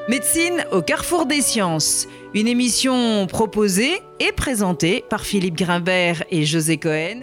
Médecine au carrefour des sciences, une émission proposée et présentée par Philippe Grimbert et José Cohen.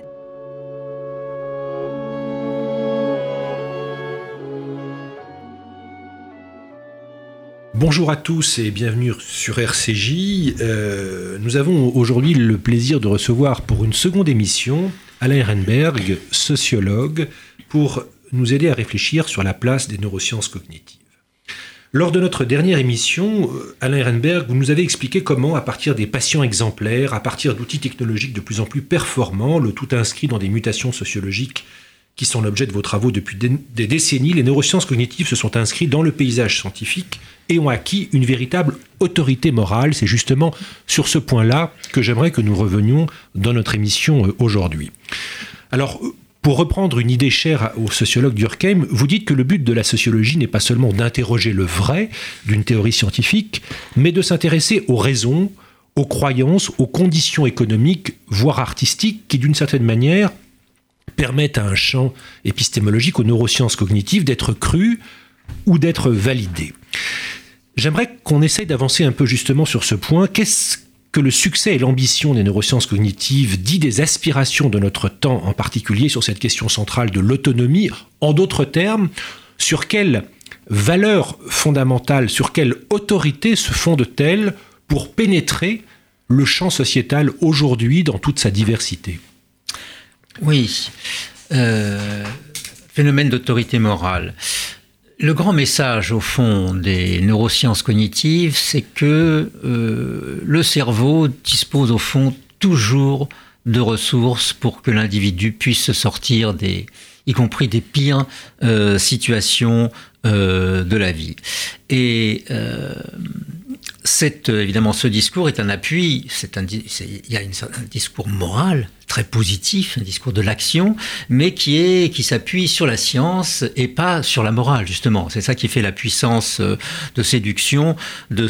Bonjour à tous et bienvenue sur RCJ. Nous avons aujourd'hui le plaisir de recevoir pour une seconde émission Alain Ehrenberg, sociologue, pour nous aider à réfléchir sur la place des neurosciences cognitives. Lors de notre dernière émission, Alain Ehrenberg, vous nous avez expliqué comment, à partir des patients exemplaires, à partir d'outils technologiques de plus en plus performants, le tout inscrit dans des mutations sociologiques qui sont l'objet de vos travaux depuis des décennies, les neurosciences cognitives se sont inscrites dans le paysage scientifique et ont acquis une véritable autorité morale. C'est justement sur ce point-là que j'aimerais que nous revenions dans notre émission aujourd'hui. Alors, pour reprendre une idée chère au sociologue Durkheim, vous dites que le but de la sociologie n'est pas seulement d'interroger le vrai d'une théorie scientifique, mais de s'intéresser aux raisons, aux croyances, aux conditions économiques, voire artistiques, qui d'une certaine manière permettent à un champ épistémologique aux neurosciences cognitives d'être cru ou d'être validé. J'aimerais qu'on essaye d'avancer un peu justement sur ce point. Qu'est-ce que le succès et l'ambition des neurosciences cognitives dit des aspirations de notre temps, en particulier sur cette question centrale de l'autonomie? En d'autres termes, sur quelle valeur fondamentale, sur quelle autorité se fonde-t-elle pour pénétrer le champ sociétal aujourd'hui dans toute sa diversité? Oui, phénomène d'autorité morale. Le grand message, au fond, des neurosciences cognitives, c'est que le cerveau dispose, au fond, toujours de ressources pour que l'individu puisse se sortir y compris des pires situations de la vie. Et évidemment, ce discours est un appui, il y a un discours moral très positif, un discours de l'action, mais qui s'appuie sur la science et pas sur la morale, justement. C'est ça qui fait la puissance de séduction de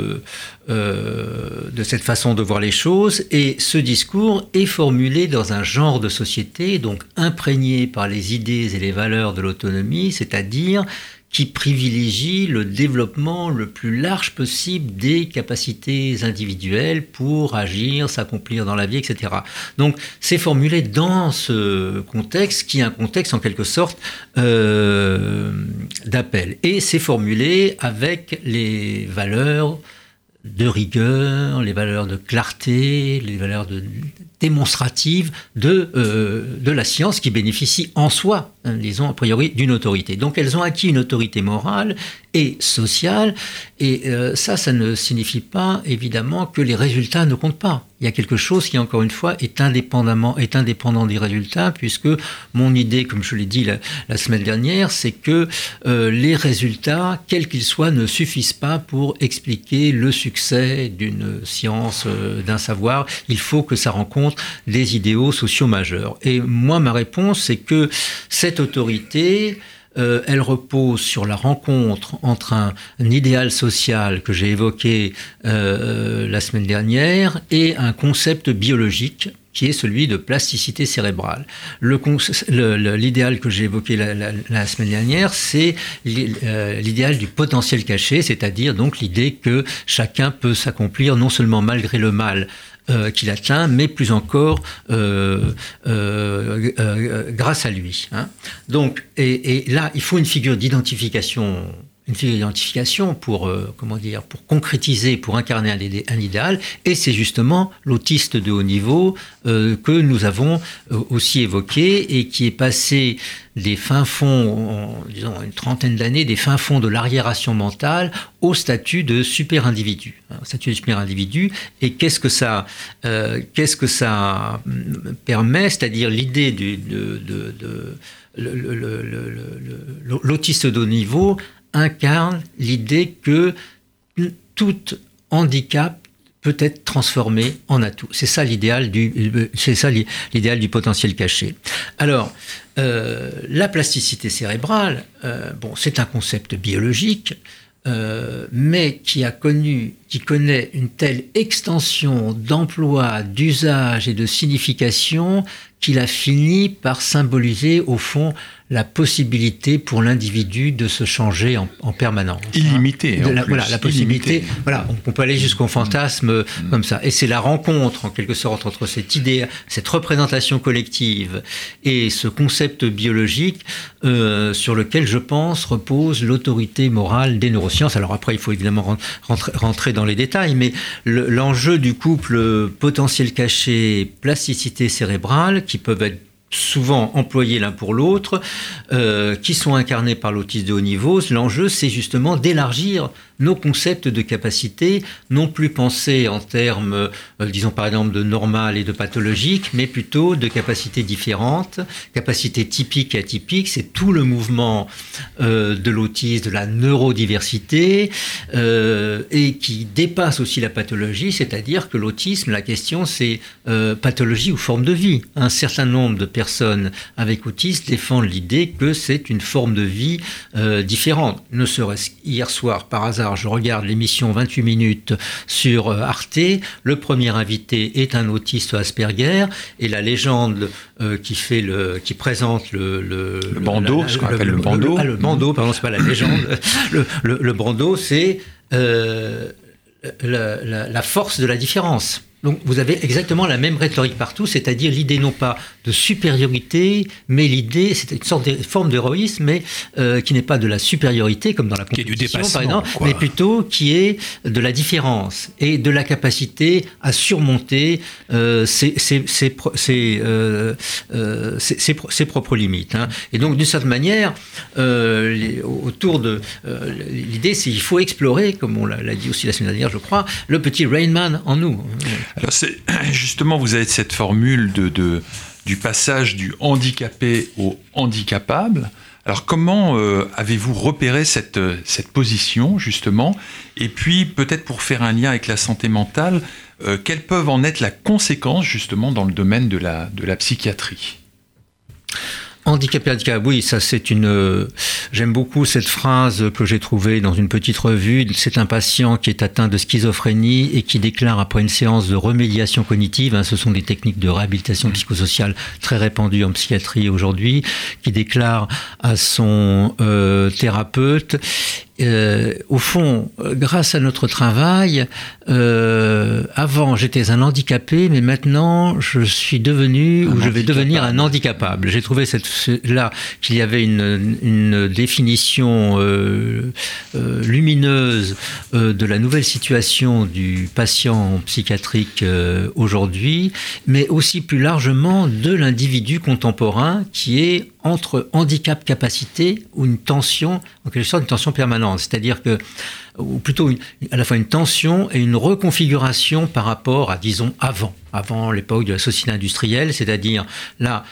cette façon de voir les choses. Et ce discours est formulé dans un genre de société, donc imprégné par les idées et les valeurs de l'autonomie, c'est-à-dire qui privilégie le développement le plus large possible des capacités individuelles pour agir, s'accomplir dans la vie, etc. Donc, c'est formulé dans ce contexte, qui est un contexte en quelque sorte d'appel. Et c'est formulé avec les valeurs de rigueur, les valeurs de clarté, les valeurs démonstratives de la science qui bénéficie en soi, disons a priori, d'une autorité. Donc elles ont acquis une autorité morale et sociale, et ça ne signifie pas évidemment que les résultats ne comptent pas. Il y a quelque chose qui, encore une fois, est indépendant des résultats, puisque mon idée, comme je l'ai dit la semaine dernière, c'est que les résultats, quels qu'ils soient, ne suffisent pas pour expliquer le succès d'une science, d'un savoir. Il faut que ça rencontre des idéaux sociaux majeurs. Et moi, ma réponse, c'est que cette autorité, elle repose sur la rencontre entre un idéal social que j'ai évoqué la semaine dernière et un concept biologique qui est celui de plasticité cérébrale. L'idéal que j'ai évoqué la semaine dernière, c'est l'idéal du potentiel caché, c'est-à-dire donc l'idée que chacun peut s'accomplir non seulement malgré le mal qu'il atteint, mais plus encore grâce à lui. Hein. Donc, et là, il faut une figure d'identification pour concrétiser, pour incarner un idéal, et c'est justement l'autiste de haut niveau que nous avons aussi évoqué et qui est passé des fins fonds, disons une trentaine d'années, des fins fonds de l'arriération mentale au statut de super-individu. Et qu'est-ce que ça permet, c'est-à-dire l'idée l'autiste de haut niveau incarne l'idée que tout handicap peut être transformé en atout. C'est ça l'idéal du potentiel caché. Alors, la plasticité cérébrale, c'est un concept biologique, mais qui connaît une telle extension d'emploi, d'usage et de signification qu'il a fini par symboliser, au fond, la possibilité pour l'individu de se changer en permanence. Illimité. Voilà, la possibilité. Illimité. Voilà, on peut aller jusqu'au fantasme comme ça. Et c'est la rencontre, en quelque sorte, entre cette idée, cette représentation collective et ce concept biologique sur lequel, je pense, repose l'autorité morale des neurosciences. Alors après, il faut évidemment rentrer dans les détails, mais l'enjeu du couple potentiel caché, plasticité cérébrale, qui peuvent être souvent employés l'un pour l'autre, qui sont incarnés par l'autisme de haut niveau. L'enjeu, c'est justement d'élargir nos concepts de capacité, non plus pensés en termes, disons par exemple, de normal et de pathologique, mais plutôt de capacités différentes, capacités typiques et atypiques. C'est tout le mouvement de l'autisme, de la neurodiversité, et qui dépasse aussi la pathologie, c'est-à-dire que l'autisme, la question, c'est pathologie ou forme de vie. Un certain nombre de personnes avec autisme défendent l'idée que c'est une forme de vie différente. Ne serait-ce hier soir, par hasard, je regarde l'émission 28 minutes sur Arte. Le premier invité est un autiste Asperger et la légende qui présente le bandeau, ce qu'on appelle le bandeau. Le bandeau, pardon, c'est pas la légende. Le bandeau, c'est la force de la différence. Donc vous avez exactement la même rhétorique partout, c'est-à-dire l'idée non pas de supériorité, mais l'idée, c'est une sorte de forme d'héroïsme, mais qui n'est pas de la supériorité, comme dans la compétition par exemple, mais plutôt qui est de la différence et de la capacité à surmonter ses propres limites. Hein. Et donc d'une certaine manière, autour de l'idée, c'est qu'il faut explorer, comme on l'a dit aussi la semaine dernière, je crois, le petit Rain Man en nous. Alors justement, vous avez cette formule du passage du handicapé au handicapable. Alors comment avez-vous repéré cette position, justement ? Et puis, peut-être pour faire un lien avec la santé mentale, quelles peuvent en être la conséquence, justement, dans le domaine de la psychiatrie ? Handicapé, oui, ça c'est j'aime beaucoup cette phrase que j'ai trouvée dans une petite revue. C'est un patient qui est atteint de schizophrénie et qui déclare après une séance de remédiation cognitive, hein, ce sont des techniques de réhabilitation psychosociale très répandues en psychiatrie aujourd'hui, qui déclare à son thérapeute: au fond, grâce à notre travail, avant j'étais un handicapé, mais maintenant je suis devenu, ou je vais devenir un handicapable. J'ai trouvé là qu'il y avait une définition lumineuse de la nouvelle situation du patient psychiatrique aujourd'hui, mais aussi plus largement de l'individu contemporain qui est entre handicap-capacité ou une tension, en quelque sorte une tension permanente. C'est-à-dire que, ou plutôt à la fois une tension et une reconfiguration par rapport à, disons, avant l'époque de la société industrielle, c'est-à-dire là,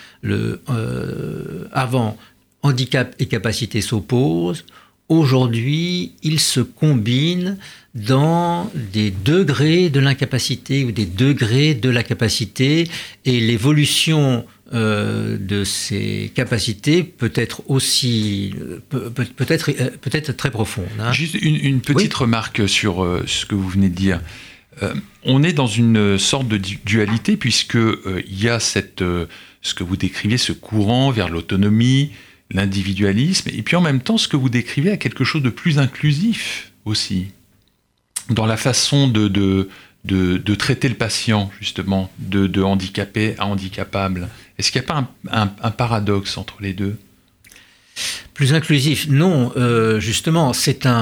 avant, handicap et capacité s'opposent. Aujourd'hui, ils se combinent dans des degrés de l'incapacité ou des degrés de la capacité, et l'évolution de ces capacités peut être aussi peut-être très profonde. Hein. Juste une petite remarque sur ce que vous venez de dire. On est dans une sorte de dualité, puisque il y a ce que vous décrivez, ce courant vers l'autonomie, l'individualisme, et puis en même temps ce que vous décrivez à quelque chose de plus inclusif aussi, dans la façon de traiter le patient, justement, de handicapé à handicapable. Est-ce qu'il n'y a pas un paradoxe entre les deux ? Plus inclusif, non. Justement,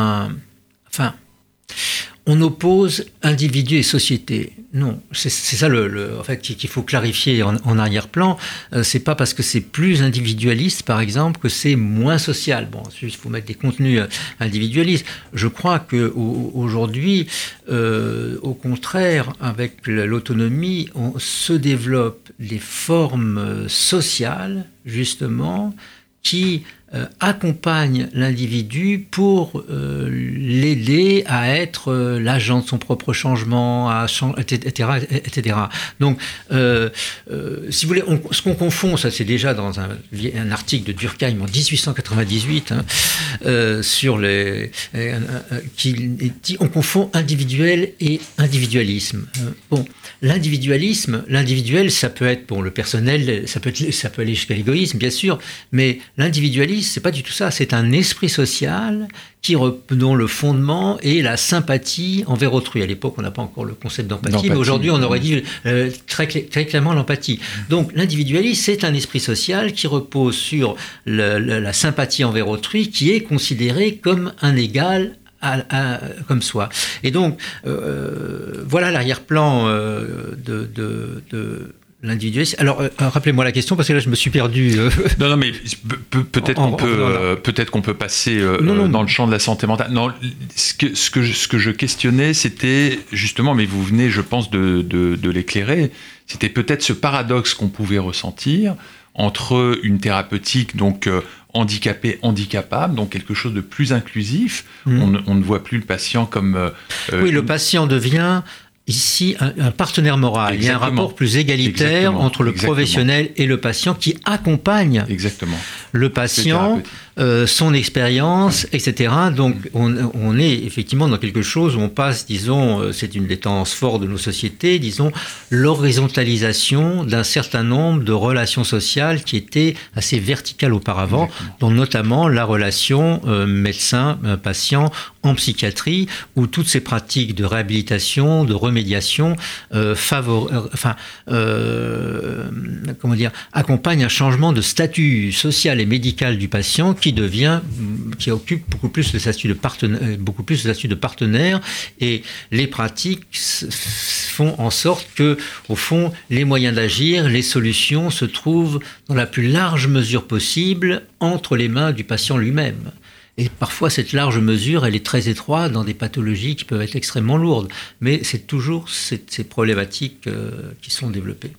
on oppose individu et société. Non, c'est ça en fait qu'il faut clarifier en arrière-plan. C'est pas parce que c'est plus individualiste, par exemple, que c'est moins social. Bon, ensuite, il faut mettre des contenus individualistes. Je crois que aujourd'hui, au contraire, avec l'autonomie, on se développe des formes sociales, justement, qui accompagne l'individu pour l'aider à être l'agent de son propre changement, etc., etc. Donc, si vous voulez, ce qu'on confond, ça c'est déjà dans un article de Durkheim en 1898, qui dit on confond individuel et individualisme. Bon, l'individuel, ça peut être pour le personnel, ça peut aller jusqu'à l'égoïsme, bien sûr, mais l'individualisme, c'est pas du tout ça. C'est un esprit social dont le fondement est la sympathie envers autrui. À l'époque, on n'a pas encore le concept d'empathie, mais aujourd'hui, on aurait dit très clairement l'empathie. Donc, l'individualisme, c'est un esprit social qui repose sur la sympathie envers autrui, qui est considéré comme un égal comme soi. Et donc, voilà l'arrière-plan de l'individualisme. Alors, rappelez-moi la question, parce que là, je me suis perdu. Non, mais peut-être qu'on peut passer dans le champ de la santé mentale. Non, ce que je questionnais, c'était justement, mais vous venez, je pense, de l'éclairer, c'était peut-être ce paradoxe qu'on pouvait ressentir entre une thérapeutique, donc handicapable, donc quelque chose de plus inclusif. On ne voit plus le patient comme... oui, le patient devient... ici, un partenaire moral. Exactement. Il y a un rapport plus égalitaire entre le professionnel et le patient qui accompagne le patient, son expérience, etc. Donc, on est effectivement dans quelque chose où on passe, disons, c'est une des tendances fortes de nos sociétés, disons, l'horizontalisation d'un certain nombre de relations sociales qui étaient assez verticales auparavant, dont notamment la relation médecin-patient en psychiatrie, où toutes ces pratiques de réhabilitation, de remédiation accompagnent un changement de statut social et médical du patient qui occupe beaucoup plus le statut de partenaire, et les pratiques font en sorte que, au fond, les moyens d'agir, les solutions se trouvent dans la plus large mesure possible entre les mains du patient lui-même. Et parfois, cette large mesure, elle est très étroite dans des pathologies qui peuvent être extrêmement lourdes. Mais c'est toujours ces problématiques qui sont développées.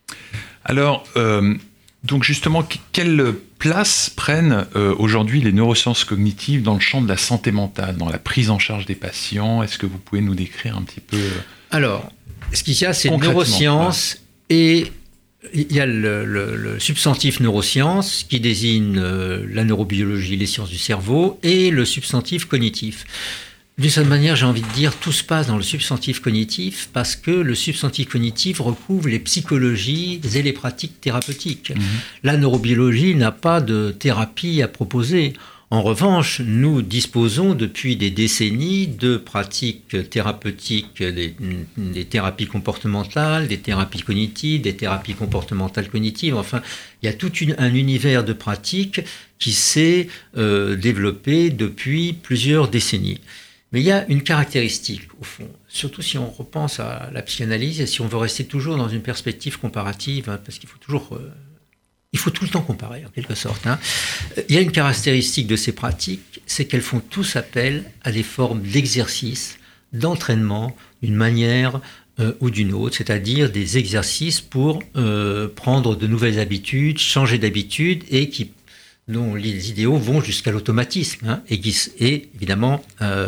Alors, donc justement, quelle place prennent aujourd'hui les neurosciences cognitives dans le champ de la santé mentale, dans la prise en charge des patients? Est-ce que vous pouvez nous décrire un petit peu Alors, ce qu'il y a, c'est neurosciences et... Il y a le substantif neurosciences qui désigne la neurobiologie, les sciences du cerveau, et le substantif cognitif. D'une certaine manière, j'ai envie de dire, tout se passe dans le substantif cognitif parce que le substantif cognitif recouvre les psychologies et les pratiques thérapeutiques. La neurobiologie n'a pas de thérapie à proposer. En revanche, nous disposons depuis des décennies de pratiques thérapeutiques, des thérapies comportementales, des thérapies cognitives, des thérapies comportementales cognitives. Enfin, il y a tout un univers de pratiques qui s'est développé depuis plusieurs décennies. Mais il y a une caractéristique, au fond, surtout si on repense à la psychanalyse et si on veut rester toujours dans une perspective comparative, parce qu'il faut toujours... il faut tout le temps comparer, en quelque sorte. Il y a une caractéristique de ces pratiques, c'est qu'elles font tous appel à des formes d'exercice, d'entraînement, d'une manière ou d'une autre, c'est-à-dire des exercices pour prendre de nouvelles habitudes, changer d'habitude, et dont les idéaux vont jusqu'à l'automatisme, et qui est évidemment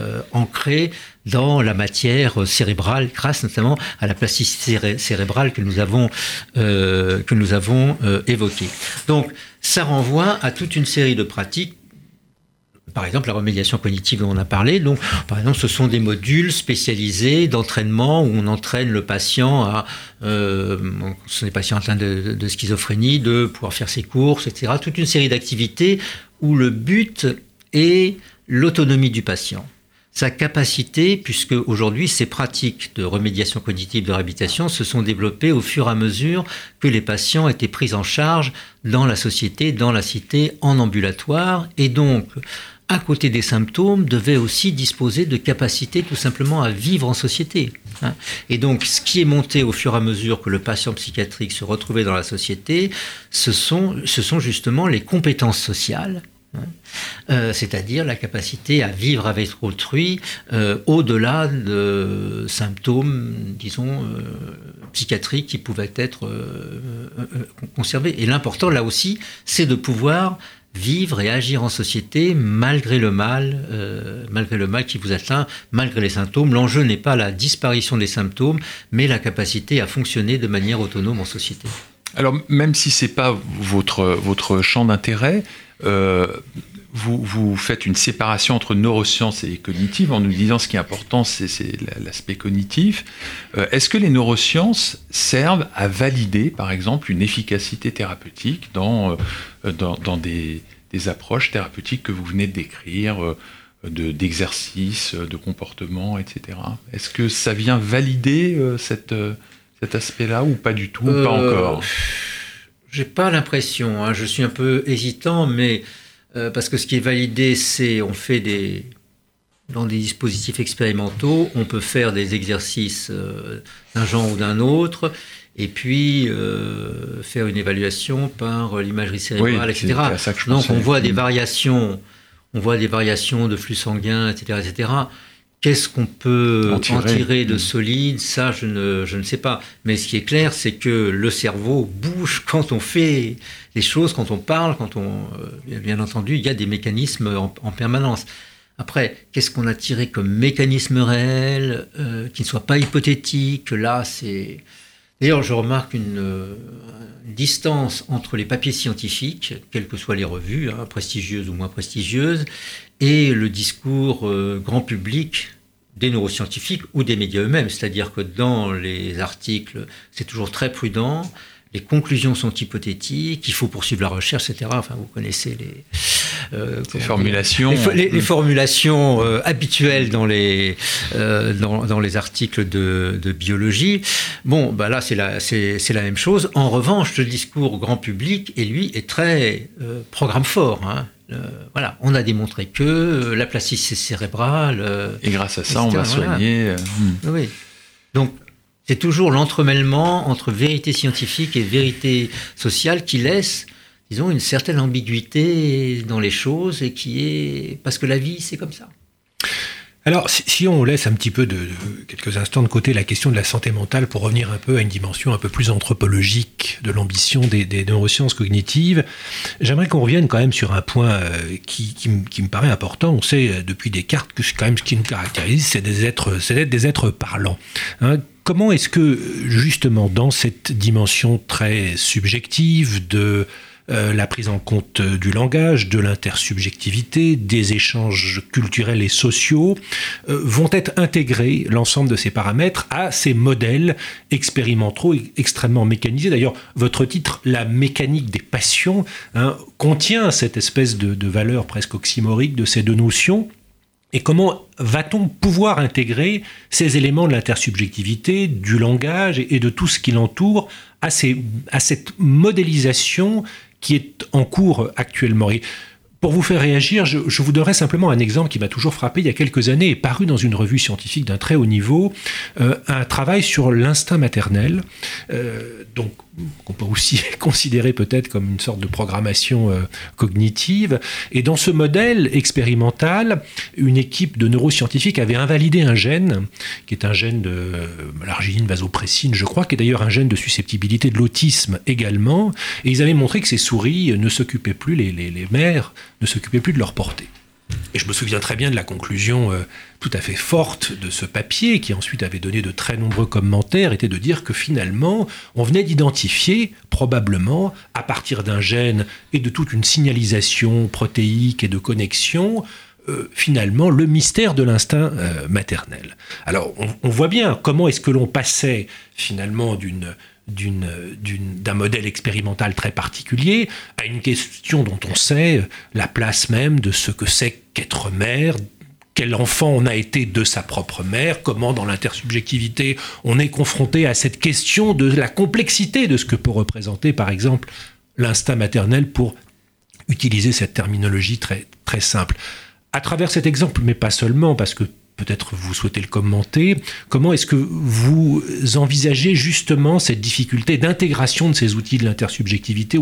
ancré dans la matière cérébrale, grâce notamment à la plasticité cérébrale que nous avons évoquée. Donc, ça renvoie à toute une série de pratiques. Par exemple, la remédiation cognitive dont on a parlé. Donc, par exemple, ce sont des modules spécialisés d'entraînement où on entraîne le patient à, ce sont des patients atteints de schizophrénie, de pouvoir faire ses courses, etc. Toute une série d'activités où le but est l'autonomie du patient. Sa capacité, puisque aujourd'hui ces pratiques de remédiation cognitive, de réhabilitation se sont développées au fur et à mesure que les patients étaient pris en charge dans la société, dans la cité, en ambulatoire, et donc à côté des symptômes, devaient aussi disposer de capacités tout simplement à vivre en société. Et donc ce qui est monté au fur et à mesure que le patient psychiatrique se retrouvait dans la société, ce sont justement les compétences sociales, c'est-à-dire la capacité à vivre avec autrui au-delà de symptômes, disons, psychiatriques qui pouvaient être conservés. Et l'important, là aussi, c'est de pouvoir vivre et agir en société malgré le mal qui vous atteint, malgré les symptômes. L'enjeu n'est pas la disparition des symptômes, mais la capacité à fonctionner de manière autonome en société. Alors, même si ce n'est pas votre champ d'intérêt, vous faites une séparation entre neurosciences et cognitive en nous disant ce qui est important, c'est l'aspect cognitif. Est-ce que les neurosciences servent à valider, par exemple, une efficacité thérapeutique dans des approches thérapeutiques que vous venez de décrire, d'exercices, de comportements, etc. Est-ce que ça vient valider cet aspect-là ou pas du tout, pas encore? J'ai pas l'impression, hein. Je suis un peu hésitant, mais parce que ce qui est validé, c'est on fait dans des dispositifs expérimentaux, on peut faire des exercices d'un genre ou d'un autre, et puis faire une évaluation par l'imagerie cérébrale, etc. Donc on voit des variations, de flux sanguin, etc. Qu'est-ce qu'on peut en tirer de solide? Ça, je ne sais pas. Mais ce qui est clair, c'est que le cerveau bouge quand on fait des choses, quand on parle, bien entendu, il y a des mécanismes en permanence. Après, qu'est-ce qu'on a tiré comme mécanisme réel, qui ne soit pas hypothétique? Là, c'est... D'ailleurs, je remarque une distance entre les papiers scientifiques, quelles que soient les revues, hein, prestigieuses ou moins prestigieuses, et le discours grand public des neuroscientifiques ou des médias eux-mêmes. C'est-à-dire que dans les articles, c'est toujours très prudent, les conclusions sont hypothétiques, il faut poursuivre la recherche, etc. Enfin, vous connaissez les formulations. Les formulations habituelles dans les articles de biologie. Bon, bah là, c'est la même chose. En revanche, le discours grand public, et lui, est très programme fort, hein. Voilà, on a démontré que la plasticité cérébrale... et grâce à ça, on va soigner... Oui. Donc, c'est toujours l'entremêlement entre vérité scientifique et vérité sociale qui laisse, disons, une certaine ambiguïté dans les choses et qui est... Parce que la vie, c'est comme ça. Alors, si on laisse un petit peu de quelques instants de côté la question de la santé mentale pour revenir un peu à une dimension un peu plus anthropologique de l'ambition des neurosciences cognitives, j'aimerais qu'on revienne quand même sur un point qui me paraît important. On sait depuis Descartes que quand même ce qui nous caractérise, c'est d'être des êtres parlants. Hein. Comment est-ce que, justement, dans cette dimension très subjective de la prise en compte du langage, de l'intersubjectivité, des échanges culturels et sociaux, vont être intégrés, l'ensemble de ces paramètres, à ces modèles expérimentaux extrêmement mécanisés. D'ailleurs, votre titre, La mécanique des passions, hein, contient cette espèce de valeur presque oxymorique de ces deux notions. Et comment va-t-on pouvoir intégrer ces éléments de l'intersubjectivité, du langage et de tout ce qui l'entoure à cette modélisation qui est en cours actuellement? Et pour vous faire réagir, je vous donnerai simplement un exemple qui m'a toujours frappé il y a quelques années et paru dans une revue scientifique d'un très haut niveau, un travail sur l'instinct maternel, donc qu'on peut aussi considérer peut-être comme une sorte de programmation cognitive. Et dans ce modèle expérimental, une équipe de neuroscientifiques avait invalidé un gène, qui est un gène de l'arginine vasopressine, je crois, qui est d'ailleurs un gène de susceptibilité de l'autisme également. Et ils avaient montré que ces souris ne s'occupaient plus, les mères ne s'occupaient plus de leur portée. Et je me souviens très bien de la conclusion tout à fait forte de ce papier, qui ensuite avait donné de très nombreux commentaires, était de dire que finalement, on venait d'identifier, probablement, à partir d'un gène et de toute une signalisation protéique et de connexion, finalement, le mystère de l'instinct maternel. Alors, on voit bien comment est-ce que l'on passait, finalement, d'un modèle expérimental très particulier à une question dont on sait la place même de ce que c'est qu'être mère, quel enfant on a été de sa propre mère, comment dans l'intersubjectivité on est confronté à cette question de la complexité de ce que peut représenter par exemple l'instinct maternel, pour utiliser cette terminologie très, très simple. À travers cet exemple, mais pas seulement, parce que peut-être vous souhaitez le commenter, comment est-ce que vous envisagez justement cette difficulté d'intégration de ces outils de l'intersubjectivité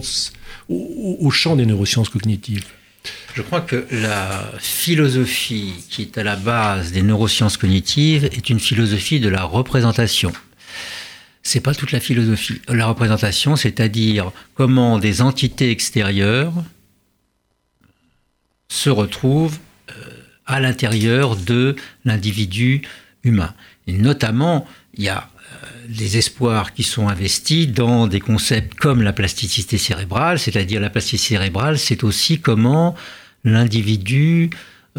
au champ des neurosciences cognitives ? Je crois que la philosophie qui est à la base des neurosciences cognitives est une philosophie de la représentation. C'est pas toute la philosophie. La représentation, c'est-à-dire comment des entités extérieures se retrouvent à l'intérieur de l'individu humain. Et notamment, il y a des espoirs qui sont investis dans des concepts comme la plasticité cérébrale, c'est-à-dire la plasticité cérébrale, c'est aussi comment l'individu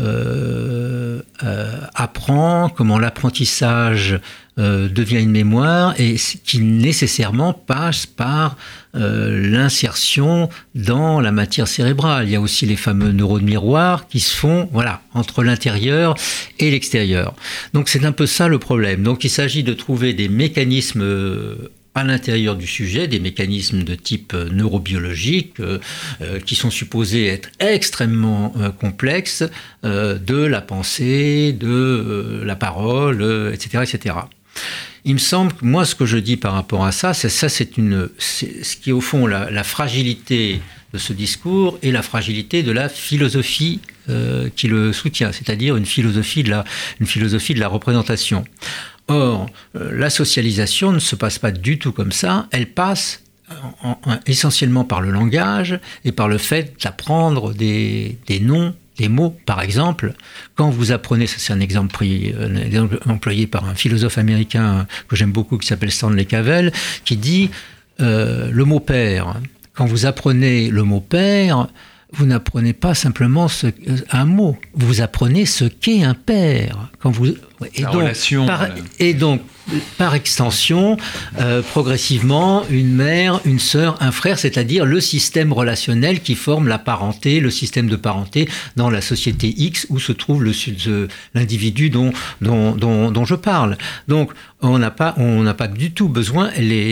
apprend, comment l'apprentissage devient une mémoire et qui nécessairement passe par l'insertion dans la matière cérébrale. Il y a aussi les fameux neurones miroirs qui se font entre l'intérieur et l'extérieur. Donc c'est un peu ça le problème. Donc il s'agit de trouver des mécanismes à l'intérieur du sujet, des mécanismes de type neurobiologique qui sont supposés être extrêmement complexes, de la pensée, de la parole, etc., etc. Il me semble que moi, ce que je dis par rapport à ça, c'est ce qui est au fond la fragilité de ce discours et la fragilité de la philosophie qui le soutient, c'est-à-dire une philosophie de la représentation. Or, la socialisation ne se passe pas du tout comme ça, elle passe essentiellement par le langage et par le fait d'apprendre des noms, des mots. Par exemple, quand vous apprenez, ça c'est un exemple employé par un philosophe américain que j'aime beaucoup qui s'appelle Stanley Cavell, qui dit le mot père. Quand vous apprenez le mot père, vous n'apprenez pas simplement un mot, vous apprenez ce qu'est un père. Et donc, par extension, progressivement, une mère, une sœur, un frère, c'est-à-dire le système relationnel qui forme la parenté, le système de parenté dans la société X où se trouve l'individu dont je parle. Donc, on n'a pas du tout besoin.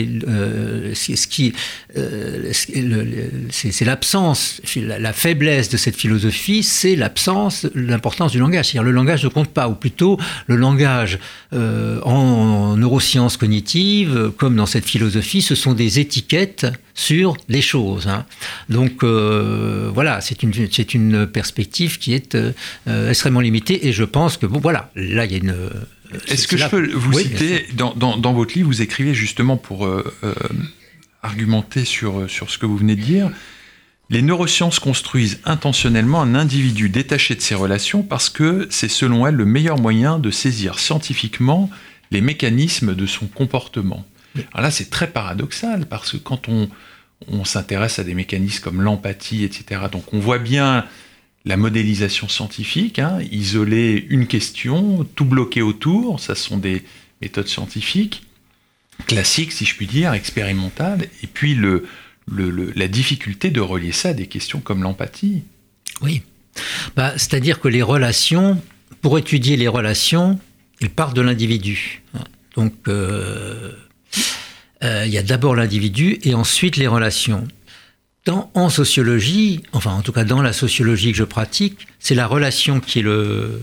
C'est l'absence, la faiblesse de cette philosophie, c'est l'importance du langage. C'est-à-dire le langage ne compte pas, ou plutôt le langage en neurosciences cognitives, comme dans cette philosophie, ce sont des étiquettes sur les choses. Donc c'est une perspective qui est extrêmement limitée, et je pense que là il y a une... Est-ce que je peux vous citer, dans votre livre, vous écrivez justement pour argumenter sur ce que vous venez de dire, les neurosciences construisent intentionnellement un individu détaché de ses relations parce que c'est selon elles le meilleur moyen de saisir scientifiquement les mécanismes de son comportement. Alors là, c'est très paradoxal parce que quand on s'intéresse à des mécanismes comme l'empathie, etc., donc on voit bien la modélisation scientifique, isoler une question, tout bloquer autour, ça sont des méthodes scientifiques classiques, si je puis dire, expérimentales, et puis la difficulté de relier ça à des questions comme l'empathie. Oui, c'est-à-dire que les relations, pour étudier les relations, ils partent de l'individu. Donc, il y a d'abord l'individu et ensuite les relations. En sociologie, enfin en tout cas dans la sociologie que je pratique, c'est la relation qui est le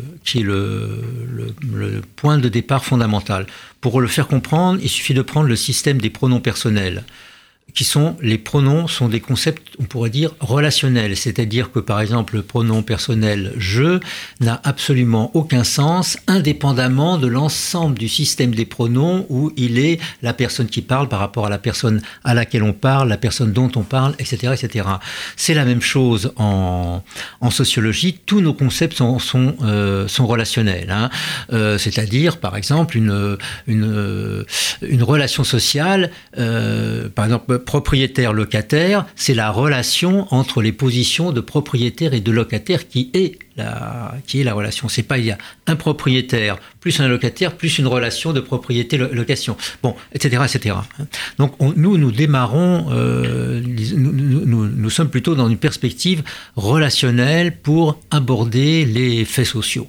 point de départ fondamental. Pour le faire comprendre, il suffit de prendre le système des pronoms personnels. Les pronoms sont des concepts, on pourrait dire, relationnels. C'est-à-dire que, par exemple, le pronom personnel « je » n'a absolument aucun sens, indépendamment de l'ensemble du système des pronoms où il est la personne qui parle par rapport à la personne à laquelle on parle, la personne dont on parle, etc., etc. C'est la même chose en sociologie. Tous nos concepts sont relationnels. C'est-à-dire, par exemple, une relation sociale, par exemple, propriétaire-locataire, c'est la relation entre les positions de propriétaire et de locataire qui est la relation. C'est pas il y a un propriétaire plus un locataire plus une relation de propriété-location. Bon, etc., etc. Donc nous démarrons, nous sommes plutôt dans une perspective relationnelle pour aborder les faits sociaux.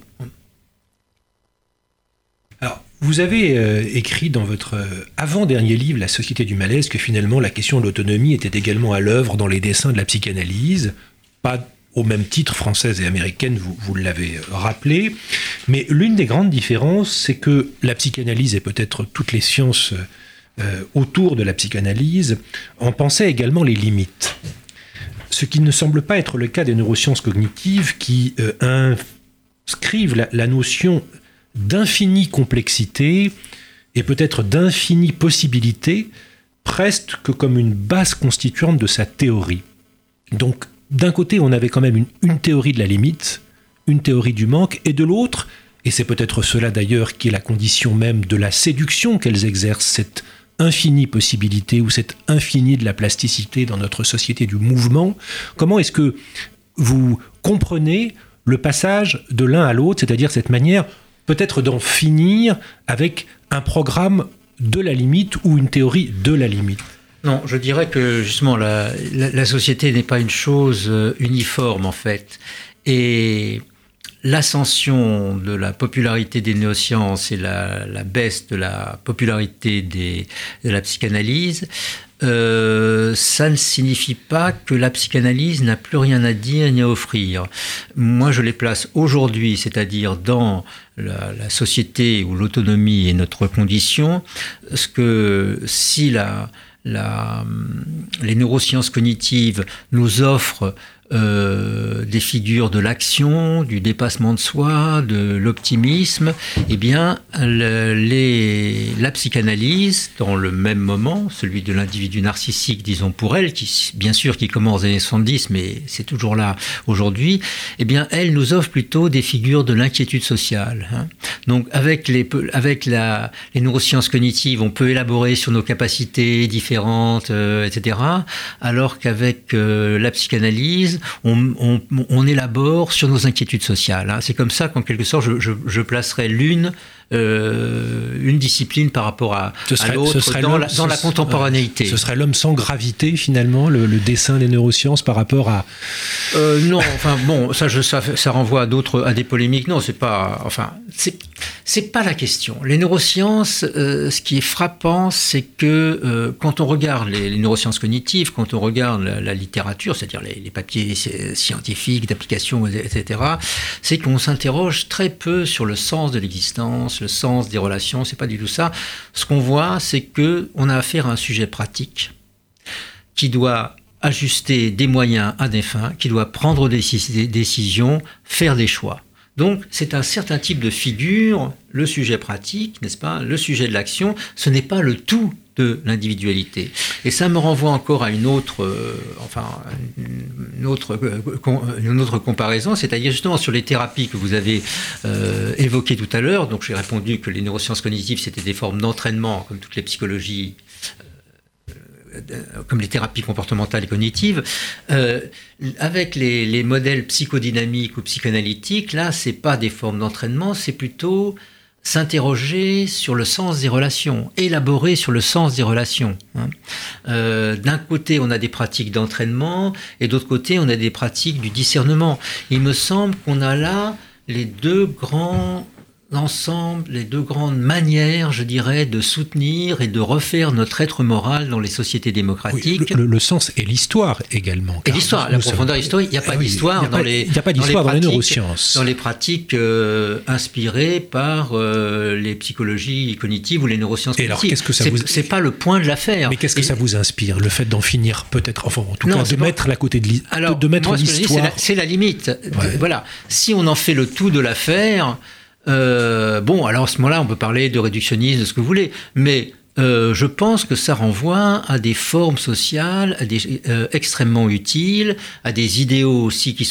Alors, vous avez écrit dans votre avant-dernier livre, La Société du malaise, que finalement la question de l'autonomie était également à l'œuvre dans les dessins de la psychanalyse, pas au même titre française et américaine, vous l'avez rappelé, mais l'une des grandes différences, c'est que la psychanalyse et peut-être toutes les sciences autour de la psychanalyse en pensaient également les limites. Ce qui ne semble pas être le cas des neurosciences cognitives qui inscrivent la notion d'infinie complexité et peut-être d'infinie possibilité presque que comme une base constituante de sa théorie. Donc, d'un côté, on avait quand même une théorie de la limite, une théorie du manque, et de l'autre, et c'est peut-être cela d'ailleurs qui est la condition même de la séduction qu'elles exercent, cette infinie possibilité ou cette infinie de la plasticité dans notre société du mouvement. Comment est-ce que vous comprenez le passage de l'un à l'autre, c'est-à-dire cette manière peut-être d'en finir avec un programme de la limite ou une théorie de la limite? Non, je dirais que justement la société n'est pas une chose uniforme en fait. Et l'ascension de la popularité des néosciences et la baisse de la popularité de la psychanalyse, ça ne signifie pas que la psychanalyse n'a plus rien à dire ni à offrir. Moi, je les place aujourd'hui, c'est-à-dire dans la société où l'autonomie est notre condition, parce que si les neurosciences cognitives nous offrent des figures de l'action, du dépassement de soi, de l'optimisme, eh bien, la psychanalyse, dans le même moment, celui de l'individu narcissique, disons pour elle, qui bien sûr qui commence dans les années 70, mais c'est toujours là aujourd'hui, eh bien, elle nous offre plutôt des figures de l'inquiétude sociale. Hein. Donc, avec les neurosciences cognitives, on peut élaborer sur nos capacités différentes, etc., alors qu'avec la psychanalyse, on élabore sur nos inquiétudes sociales. Hein. C'est comme ça qu'en quelque sorte, je placerais une discipline par rapport à l'autre dans la contemporanéité. Ce serait l'homme sans gravité, finalement, le dessin des neurosciences par rapport à... Non, enfin bon, ça renvoie à des polémiques. Non, c'est pas la question. Les neurosciences, ce qui est frappant, c'est que quand on regarde les neurosciences cognitives, quand on regarde la littérature, c'est-à-dire les papiers scientifiques, d'application, etc., c'est qu'on s'interroge très peu sur le sens de l'existence, le sens des relations, c'est pas du tout ça. Ce qu'on voit, c'est qu'on a affaire à un sujet pratique qui doit ajuster des moyens à des fins, qui doit prendre des décisions, faire des choix. Donc, c'est un certain type de figure, le sujet pratique, n'est-ce pas, le sujet de l'action, ce n'est pas le tout de l'individualité. Et ça me renvoie encore à une autre comparaison, c'est-à-dire justement sur les thérapies que vous avez évoquées tout à l'heure. Donc, j'ai répondu que les neurosciences cognitives, c'était des formes d'entraînement, comme toutes les psychologies, comme les thérapies comportementales et cognitives, avec les modèles psychodynamiques ou psychanalytiques, là, c'est pas des formes d'entraînement, c'est plutôt s'interroger sur le sens des relations, élaborer sur le sens des relations. Hein. D'un côté, on a des pratiques d'entraînement, et d'autre côté, on a des pratiques du discernement. Il me semble qu'on a là les deux grands ensemble, les deux grandes manières, je dirais, de soutenir et de refaire notre être moral dans les sociétés démocratiques. Oui, le sens et l'histoire également. Et l'histoire, la profondeur historique. Il n'y a pas d'histoire dans les neurosciences. Dans les pratiques inspirées par les psychologies cognitives ou les neurosciences cognitives. Alors, qu'est-ce que ça c'est pas le point de l'affaire. Mais qu'est-ce que ça vous inspire, le fait d'en finir peut-être, enfin en tout cas, de mettre à côté de l'histoire. Alors, moi, ce que je dis, c'est la limite. Ouais. Voilà. Si on en fait le tout de l'affaire, alors à ce moment-là, on peut parler de réductionnisme, de ce que vous voulez, mais je pense que ça renvoie à des formes sociales, à des extrêmement utiles, à des idéaux aussi qu'il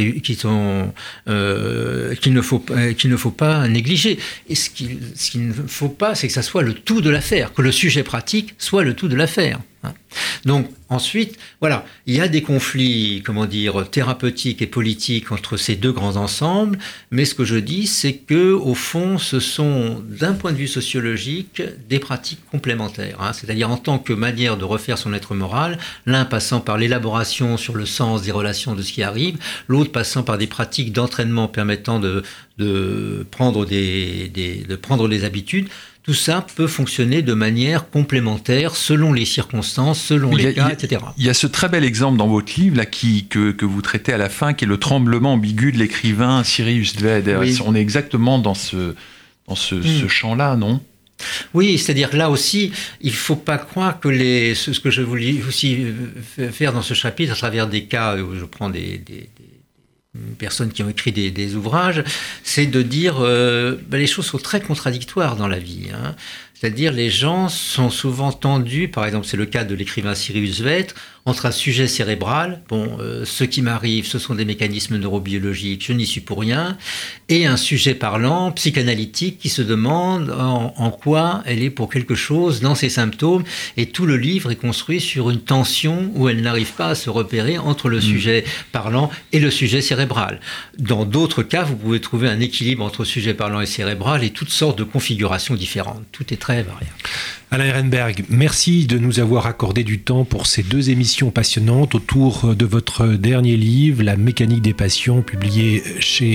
ne faut pas négliger. Et ce qu'il ne faut pas, c'est que ça soit le tout de l'affaire, que le sujet pratique soit le tout de l'affaire. Donc ensuite, voilà, il y a des conflits, thérapeutiques et politiques entre ces deux grands ensembles, mais ce que je dis, c'est que au fond, ce sont, d'un point de vue sociologique, des pratiques complémentaires. C'est-à-dire en tant que manière de refaire son être moral, l'un passant par l'élaboration sur le sens des relations de ce qui arrive, l'autre passant par des pratiques d'entraînement permettant de prendre des habitudes. Tout ça peut fonctionner de manière complémentaire selon les circonstances, selon les cas, etc. Il y a ce très bel exemple dans votre livre là, que vous traitez à la fin, qui est le tremblement ambigu de l'écrivain Cyrus Dved. Oui. On est exactement dans ce champ-là, non ? Oui, c'est-à-dire là aussi, il ne faut pas croire que ce que je voulais aussi faire dans ce chapitre, à travers des cas où je prends des personnes qui ont écrit des ouvrages, c'est de dire les choses sont très contradictoires dans la vie. C'est-à-dire les gens sont souvent tendus, par exemple c'est le cas de l'écrivain Cyrus Vêtre, entre un sujet cérébral, ce qui m'arrive ce sont des mécanismes neurobiologiques, je n'y suis pour rien, et un sujet parlant, psychanalytique, qui se demande en quoi elle est pour quelque chose dans ses symptômes, et tout le livre est construit sur une tension où elle n'arrive pas à se repérer entre le sujet parlant et le sujet cérébral. Dans d'autres cas, vous pouvez trouver un équilibre entre sujet parlant et cérébral et toutes sortes de configurations différentes. Tout est très variable. Alain Ehrenberg, merci de nous avoir accordé du temps pour ces 2 émissions passionnantes autour de votre dernier livre, La mécanique des passions, publié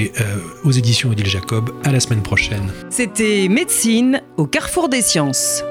aux éditions Odile Jacob. À la semaine prochaine. C'était Médecine au carrefour des sciences.